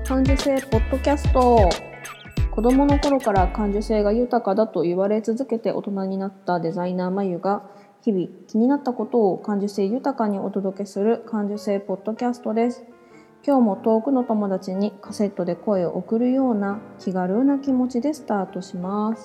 感受性ポッドキャスト。子供の頃から感受性が豊かだと言われ続けて大人になったデザイナーまゆが日々気になったことを感受性豊かにお届けする感受性ポッドキャストです。今日も遠くの友達にカセットで声を送るような気軽な気持ちでスタートします。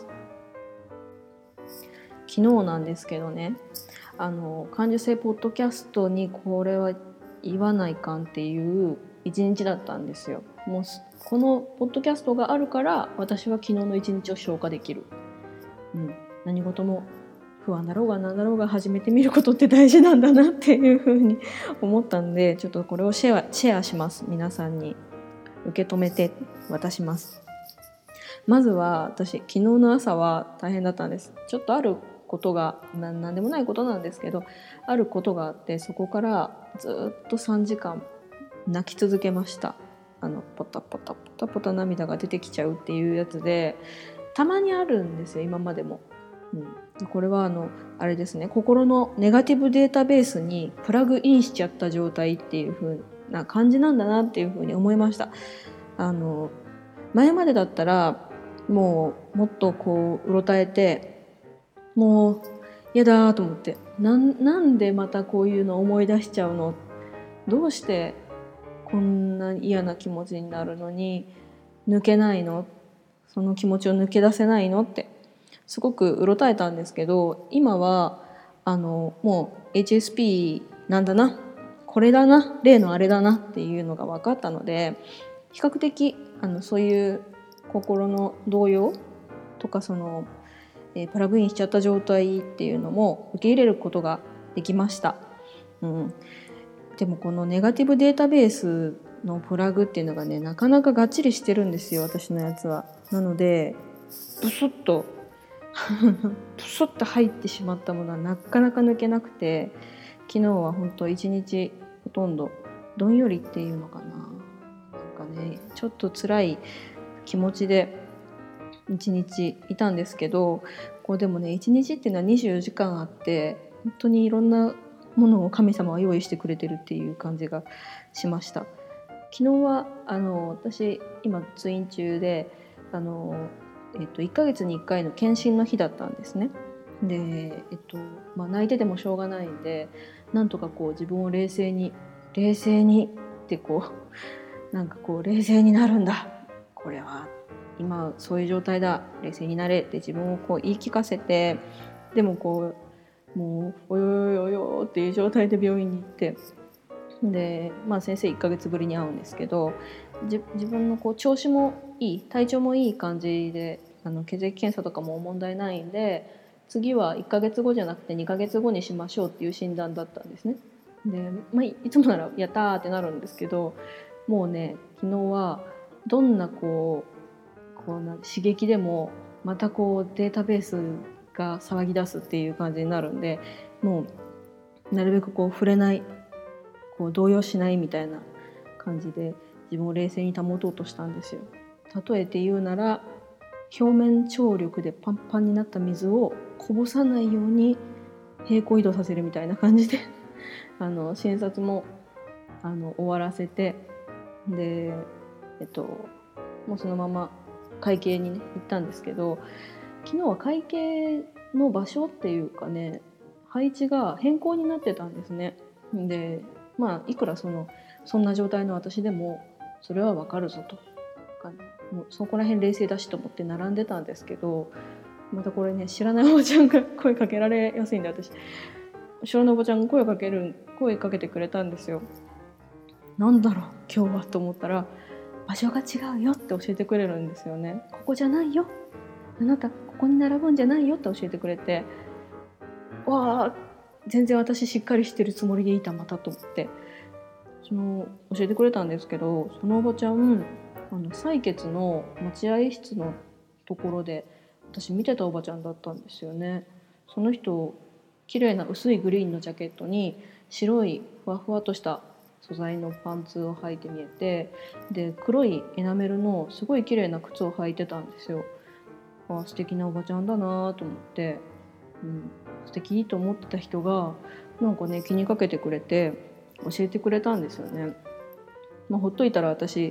昨日なんですけどね、感受性ポッドキャストにこれは言わないかんっていう一日だったんですよ。もうこのポッドキャストがあるから私は昨日の一日を消化できる、何事も不安だろうが何だろうが始めてみることって大事なんだなっていうふうに思ったんで、ちょっとこれをシェアします。皆さんに受け止めて渡します。まずは私昨日の朝は大変だったんです。ちょっとあることが何でもないことなんですけど、あることがあって、そこからずっと3時間泣き続けました。ポタポタポタポタ涙が出てきちゃうっていうやつで、たまにあるんですよ今までも。これはあれですね、心のネガティブデータベースにプラグインしちゃった状態っていう風な感じなんだなっていう風に思いました。前までだったらもっとこううろたえて、もうやだと思って、なんでまたこういうの思い出しちゃうの、どうしてこんな嫌な気持ちになるのに抜けないの、その気持ちを抜け出せないのってすごくうろたえたんですけど、今はもう HSP なんだな、これだな、例のあれだなっていうのが分かったので、比較的そういう心の動揺とかプラグインしちゃった状態っていうのも受け入れることができました。でもこのネガティブデータベースのプラグっていうのがね、なかなかがっちりしてるんですよ、私のやつは。なのでブスッとプスッと入ってしまったものはなかなか抜けなくて、昨日は本当一日ほとんどどんよりっていうのかな、なんかね、ちょっと辛い気持ちで一日いたんですけど、こうでもね、一日っていうのは24時間あって、本当にいろんなものを神様は用意してくれてるっていう感じがしました。昨日は私今通院中で1ヶ月に1回の検診の日だったんですね。で、泣いててもしょうがないんで、なんとかこう自分を冷静にってこうなんかこう冷静になるんだ、これは今そういう状態だ、冷静になれって自分をこう言い聞かせて、でもこうもうおよよよっていう状態で病院に行って、で、先生1ヶ月ぶりに会うんですけど、自分のこう調子もいい、体調もいい感じで、血液検査とかも問題ないんで、次は1ヶ月後じゃなくて2ヶ月後にしましょうっていう診断だったんですね。で、いつもならやったーってなるんですけど、もうね、昨日はどんなこう刺激でもまたこうデータベースが騒ぎ出すっていう感じになるんで、もうなるべくこう触れない、こう動揺しないみたいな感じで自分を冷静に保とうとしたんですよ。例えて言うなら、表面張力でパンパンになった水をこぼさないように平行移動させるみたいな感じで診察も終わらせて、でもうそのまま会計にね行ったんですけど、昨日は会計の場所っていうかね、配置が変更になってたんですね。で、いくらそんな状態の私でもそれは分かるぞと、もうそこら辺冷静だしと思って並んでたんですけど、またこれね、知らないおばちゃんが声かけられやすいんで、私知らないおばちゃんが声かけてくれたんですよ。なんだろう今日はと思ったら、場所が違うよって教えてくれるんですよね。ここじゃないよ、あなたここに並ぶんじゃないよって教えてくれて、わあ、全然私しっかりしてるつもりでいたまたと思って、教えてくれたんですけど、そのおばちゃん採血の待合室のところで私見てたおばちゃんだったんですよね。その人、綺麗な薄いグリーンのジャケットに白いふわふわとした素材のパンツを履いて見えて、で黒いエナメルのすごい綺麗な靴を履いてたんですよ。素敵なおばちゃんだなと思って、素敵と思ってた人がなんかね、気にかけてくれて教えてくれたんですよね。ほっといたら私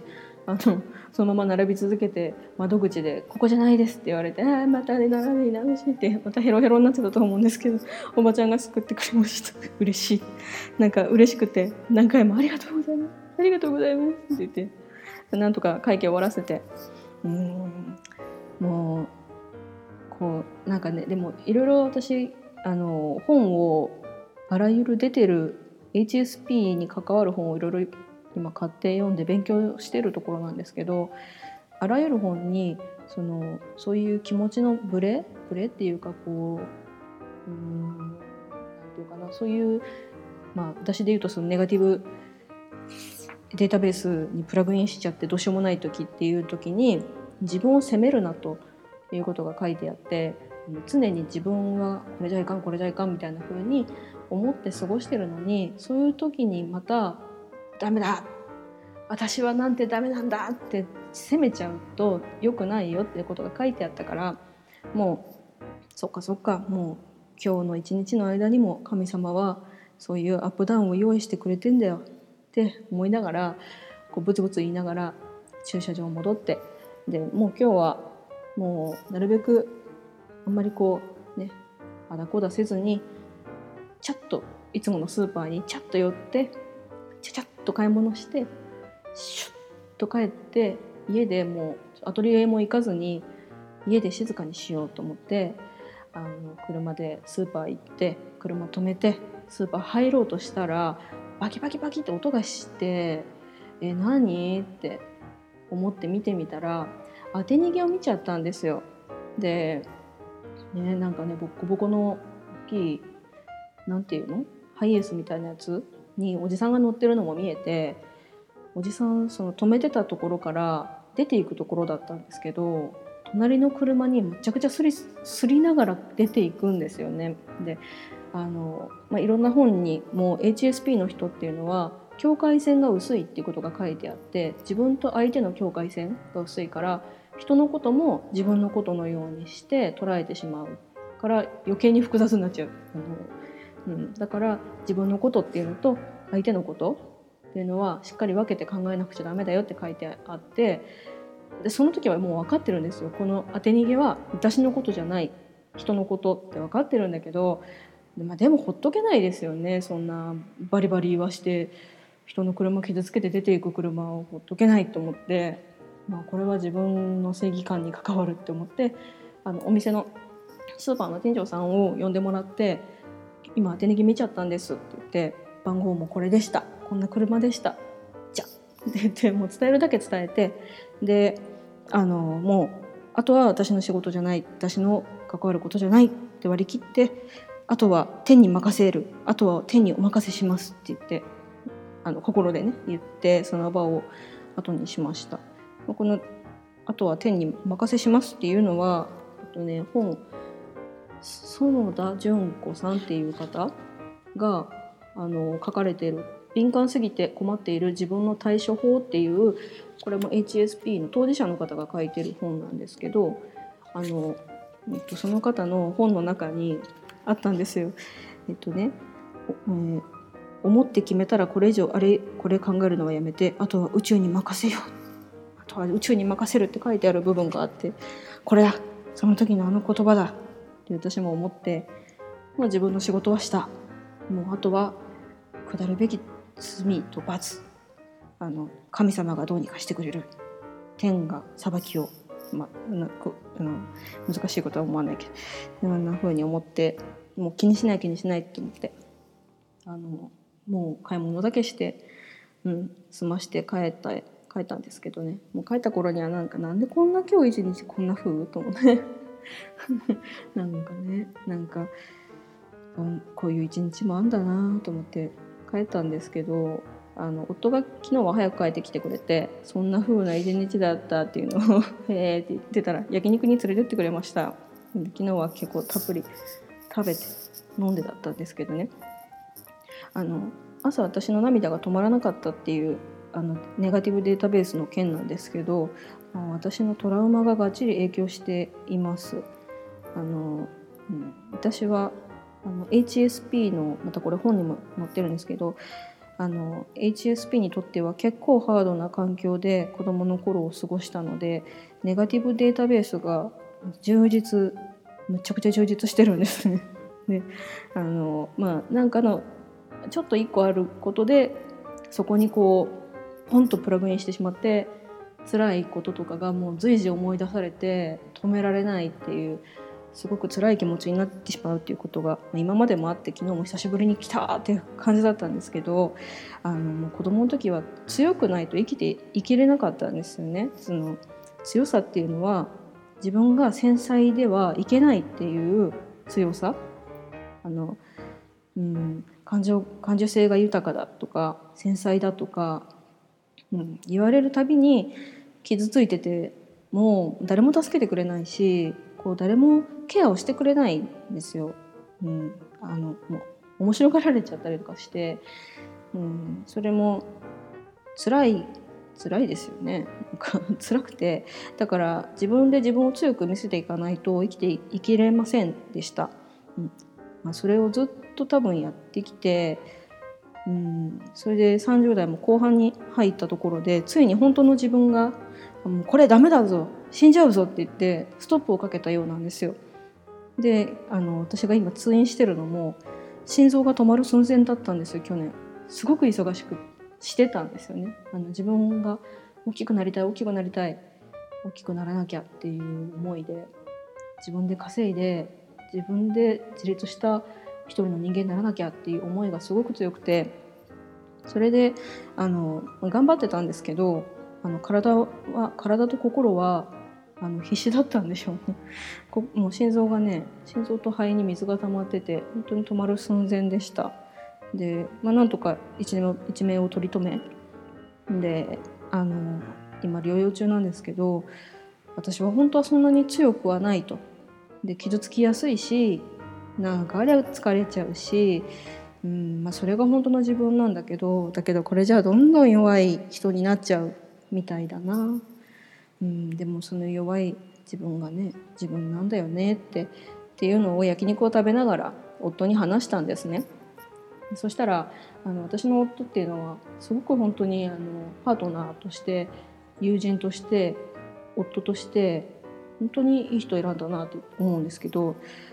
そのまま並び続けて窓口で「ここじゃないです」って言われて「またね並び直し」ってまたヘロヘロになってたと思うんですけど、おばちゃんが救ってくれました。嬉しい、なんか嬉しくて何回も「ありがとうございますありがとうございます」って言ってなんとか会計終わらせて、もうこうなんかね、でもいろいろ私本をあらゆる出てる HSP に関わる本をいろいろ今買って読んで勉強してるところなんですけど、あらゆる本にそういう気持ちのブレっていうかこうなんていうかな、そういう私で言うとそのネガティブデータベースにプラグインしちゃってどうしようもない時っていう時に自分を責めるなということが書いてあって、常に自分はこれじゃいかんこれじゃいかんみたいな風に思って過ごしてるのに、そういう時にまたダメだ私はなんてダメなんだって責めちゃうと良くないよっていうことが書いてあったから、もうそっかもう今日の一日の間にも神様はそういうアップダウンを用意してくれてんだよって思いながらこうブツブツ言いながら駐車場に戻って、でもう今日はもうなるべくあんまりこうねあだこだせずにちゃっといつものスーパーにちゃっと寄ってちゃっと買い物してシュッと帰って家でもうアトリエも行かずに家で静かにしようと思って車でスーパー行って車止めてスーパー入ろうとしたらバキバキバキって音がして何って思って見てみたら当て逃げを見ちゃったんですよ。で、なんかねボコボコの大きいなんていうのハイエースみたいなやつにおじさんが乗ってるのも見えて、おじさんその止めてたところから出ていくところだったんですけど、隣の車にめちゃくちゃすりながら出ていくんですよね。でいろんな本にも HSP の人っていうのは境界線が薄いっていうことが書いてあって、自分と相手の境界線が薄いから人のことも自分のことのようにして捉えてしまうから余計に複雑になっちゃう。だから自分のことっていうのと相手のことっていうのはしっかり分けて考えなくちゃダメだよって書いてあって、でその時はもう分かってるんですよ。この当て逃げは私のことじゃない人のことって分かってるんだけど、でもほっとけないですよね。そんなバリバリ言わして人の車傷つけて出ていく車をほっとけないと思って、これは自分の正義感に関わるって思ってお店のスーパーの店長さんを呼んでもらって「今当て逃げ見ちゃったんです」って言って「番号もこれでした、こんな車でした、じゃ」って言ってもう伝えるだけ伝えて、でもうあとは私の仕事じゃない、私の関わることじゃないって割り切って、あとは天に任せる、あとは天にお任せしますって言って心でね言ってその場を後にしました。このあとは天にお任せしますっていうのは本園田純子さんっていう方が書かれている敏感すぎて困っている自分の対処法っていう、これも HSP の当事者の方が書いてる本なんですけど、その方の本の中にあったんですよ。思って決めたらこれ以上あれこれ考えるのはやめて、あとは宇宙に任せよう、あとは宇宙に任せるって書いてある部分があって、これだその時のあの言葉だって私も思って、自分の仕事はした、もうあとは下るべき罪と罰、神様がどうにかしてくれる、天が裁きを、難しいことは思わないけどこんな風に思って、もう気にしないって思って、もう買い物だけして、済まして帰ったんですけどね、もう帰った頃にはなんでこんな今日一日こんな風と思ってこういう一日もあんだなと思って帰ったんですけど、夫が昨日は早く帰ってきてくれて、そんな風な一日だったっていうのをへーって言ってたら焼肉に連れてってくれました。昨日は結構たっぷり食べて飲んでだったんですけどね、朝私の涙が止まらなかったっていうネガティブデータベースの件なんですけど、私のトラウマががっちり影響しています。私はHSP のまたこれ本にも載ってるんですけど、 HSP にとっては結構ハードな環境で子どもの頃を過ごしたので、ネガティブデータベースがめちゃくちゃ充実してるんですね。でなんかのちょっと一個あることでそこにこうポンとプラグインしてしまって、辛いこととかがもう随時思い出されて止められないっていう、すごく辛い気持ちになってしまうっていうことが今までもあって、昨日も久しぶりに来たっていう感じだったんですけど、もう子供の時は強くないと生きれなかったんですよね。その強さっていうのは自分が繊細ではいけないっていう強さ、感受性が豊かだとか繊細だとか、言われるたびに傷ついててもう誰も助けてくれないし、こう誰もケアをしてくれないんですよ。もう面白がられちゃったりとかして、それも辛いですよね。辛くて、だから自分で自分を強く見せていかないと生きれませんでした。それをずっと多分やってきて、それで30代も後半に入ったところで、ついに本当の自分がこれダメだぞ、死んじゃうぞって言ってストップをかけたようなんですよ。で私が今通院してるのも心臓が止まる寸前だったんですよ。去年すごく忙しくしてたんですよね。自分が大きくなりたい大きくならなきゃっていう思いで、自分で稼いで自分で自立した一人の人間にならなきゃっていう思いがすごく強くて、それで頑張ってたんですけど、体と心は必死だったんでしょうね。もう心臓と肺に水が溜まってて本当に止まる寸前でした。で、なんとか一命を取り留めで今療養中なんですけど、私は本当はそんなに強くはないと。で傷つきやすいし、なんかあれは疲れちゃうし、それが本当の自分なんだけどこれじゃあどんどん弱い人になっちゃうみたいだな。でもその弱い自分がね自分なんだよねっていうのを焼肉を食べながら夫に話したんですね。そしたら私の夫っていうのはすごく本当にパートナーとして友人として夫として本当にいい人選んだなって思うんですけど、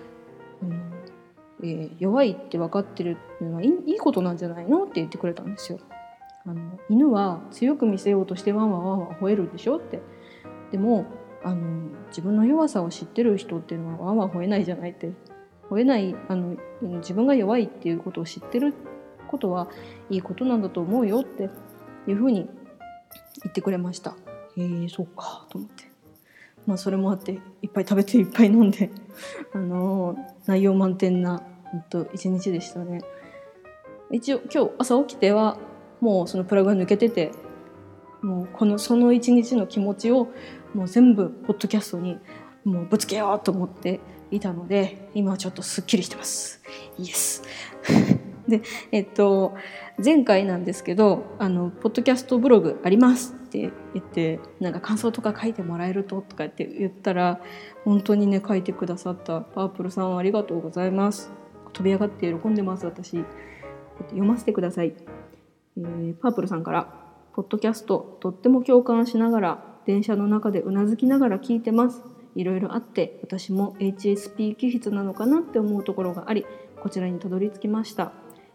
弱いって分かってるっていうのはいいことなんじゃないのって言ってくれたんですよ。犬は強く見せようとしてワンワンワンワン吠えるでしょって。でも自分の弱さを知ってる人っていうのはワンワン吠えないじゃないって。吠えない自分が弱いっていうことを知ってることはいいことなんだと思うよっていうふうに言ってくれました。そうかと思って、それもあっていっぱい食べていっぱい飲んで内容満点な一日でしたね。一応今日朝起きてはもうそのプラグが抜けてて、もうその一日の気持ちをもう全部ポッドキャストにもうぶつけようと思っていたので、今はちょっとすっきりしてます。イエスで前回なんですけどポッドキャストブログありますって言って、なんか感想とか書いてもらえるとかって言ったら、本当にね書いてくださったパープルさんありがとうございます。飛び上がって喜んでます。私読ませてください。パープルさんから、ポッドキャストとっても共感しながら電車の中でうなずきながら聞いてます。いろいろあって私も HSP 気質なのかなって思うところがあり、こちらにたどり着きました。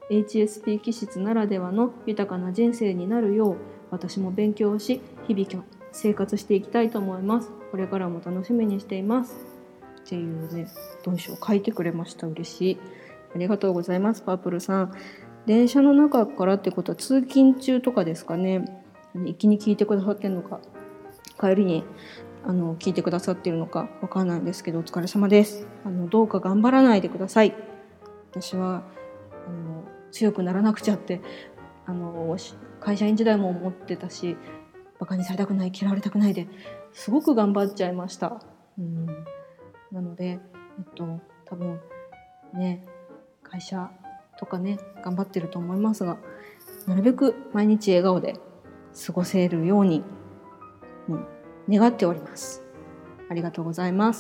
HSP 気質ならではの豊かな人生になるよう私も勉強し日々生活していきたいと思います。これからも楽しみにしていますっていうね文章を書いてくれました。嬉しい、ありがとうございます。パープルさん、電車の中からってことは通勤中とかですかね。一気に聞いてくださってるのか帰りに聞いてくださってるのかわかんないんですけど、お疲れ様です。どうか頑張らないでください。私は強くならなくちゃって会社員時代も思ってたし、バカにされたくない、嫌われたくないですごく頑張っちゃいました。なので多分ね会社とかね頑張ってると思いますが、なるべく毎日笑顔で過ごせるように、願っております。ありがとうございます。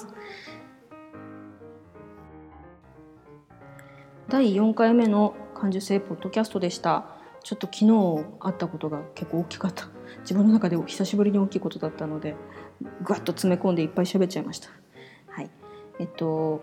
第4回目の感受性ポッドキャストでした。 ちょっと昨日あったことが結構大きかった。自分の中で久しぶりに大きいことだったので、ぐわっと詰め込んでいっぱい喋っちゃいました。はい。ポ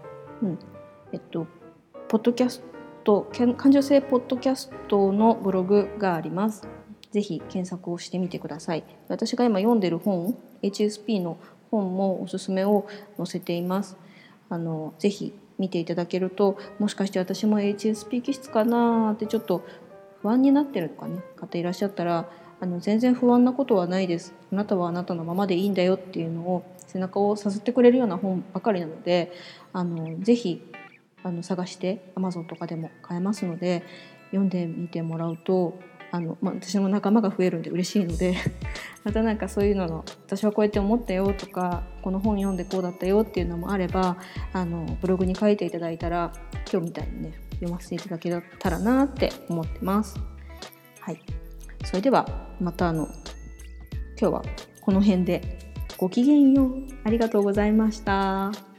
ッドキャスト、感受性ポッドキャストのブログがあります。ぜひ検索をしてみてください。私が今読んでる本、HSP の本もおすすめを載せています。ぜひ見ていただけると、もしかして私も HSP 気質かなってちょっと不安になってるとかね、方いらっしゃったら、全然不安なことはないです。あなたはあなたのままでいいんだよっていうのを背中をさすってくれるような本ばかりなので、ぜひ探して Amazon とかでも買えますので、読んでみてもらうと私の仲間が増えるんで嬉しいのでまたなんかそういうのの私はこうやって思ったよとか、この本読んでこうだったよっていうのもあればブログに書いていただいたら、今日みたいにね読ませていただけたらなって思ってます。はい、それではまた今日はこの辺で。ごきげんよう。ありがとうございました。